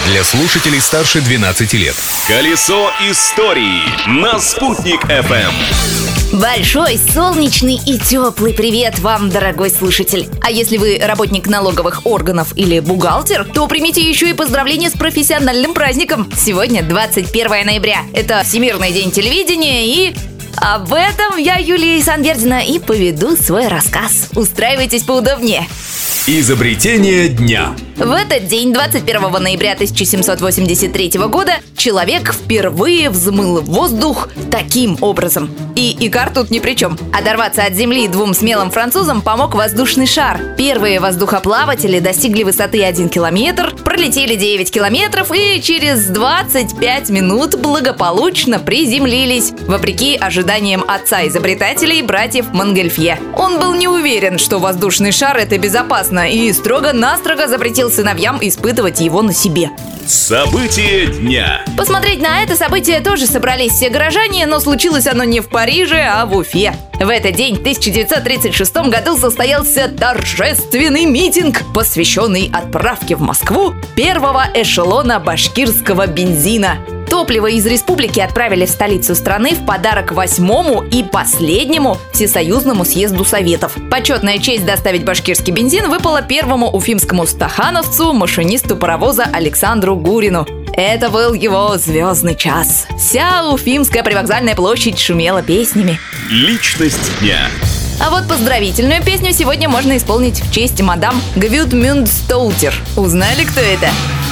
Для слушателей старше 12 лет. Колесо истории на Спутник FM. Большой, солнечный и теплый привет вам, дорогой слушатель. А если вы работник налоговых органов или бухгалтер, то примите еще и поздравления с профессиональным праздником. Сегодня 21 ноября. Это Всемирный день телевидения и... Об этом я, Юлия Санвердина, и поведу свой рассказ. Устраивайтесь поудобнее. Изобретение дня. В этот день, 21 ноября 1783 года, человек впервые взмыл в воздух таким образом. И Икар тут ни при чем. Оторваться от земли двум смелым французам помог воздушный шар. Первые воздухоплаватели достигли высоты 1 километр, пролетели 9 километров и через 25 минут благополучно приземлились, вопреки ожиданиям отца-изобретателей, братьев Монгольфье. Он был не уверен, что воздушный шар — это безопасно, и строго-настрого запретил сыновьям испытывать его на себе. События дня. Посмотреть на это событие тоже собрались все горожане, но случилось оно не в Париже, а в Уфе. В этот день, в 1936 году, состоялся торжественный митинг, посвященный отправке в Москву первого эшелона башкирского бензина. Топливо из республики отправили в столицу страны в подарок 8-му и последнему Всесоюзному съезду Советов. Почетная честь доставить башкирский бензин выпала первому уфимскому стахановцу, машинисту паровоза Александру Гурину. Это был его звездный час. Вся Уфимская привокзальная площадь шумела песнями. Личность дня. А вот поздравительную песню сегодня можно исполнить в честь мадам Гвюдмюндстоутер. Узнали, кто это?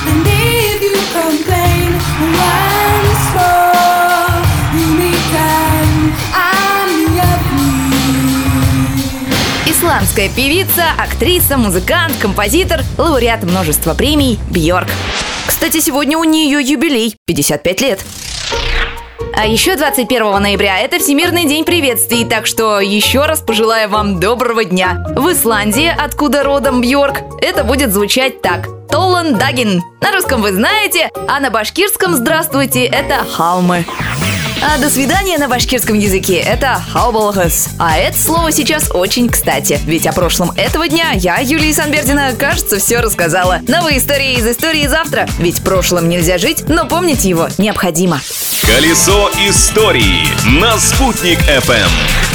Исландская певица, актриса, музыкант, композитор, лауреат множества премий Бьорк. Кстати, сегодня у нее юбилей – 55 лет. А еще 21 ноября – это Всемирный день приветствий, так что еще раз пожелаю вам доброго дня. В Исландии, откуда родом Бьорк, это будет звучать так: Толлан Дагин. На русском вы знаете, а на башкирском «здравствуйте» – это халмы. А до свидания на башкирском языке – это хаубалхас. А это слово сейчас очень кстати, ведь о прошлом этого дня я, Юлия Санвердина, кажется, все рассказала. Новые истории из истории завтра, ведь прошлым нельзя жить, но помнить его необходимо. Колесо истории на Спутник FM.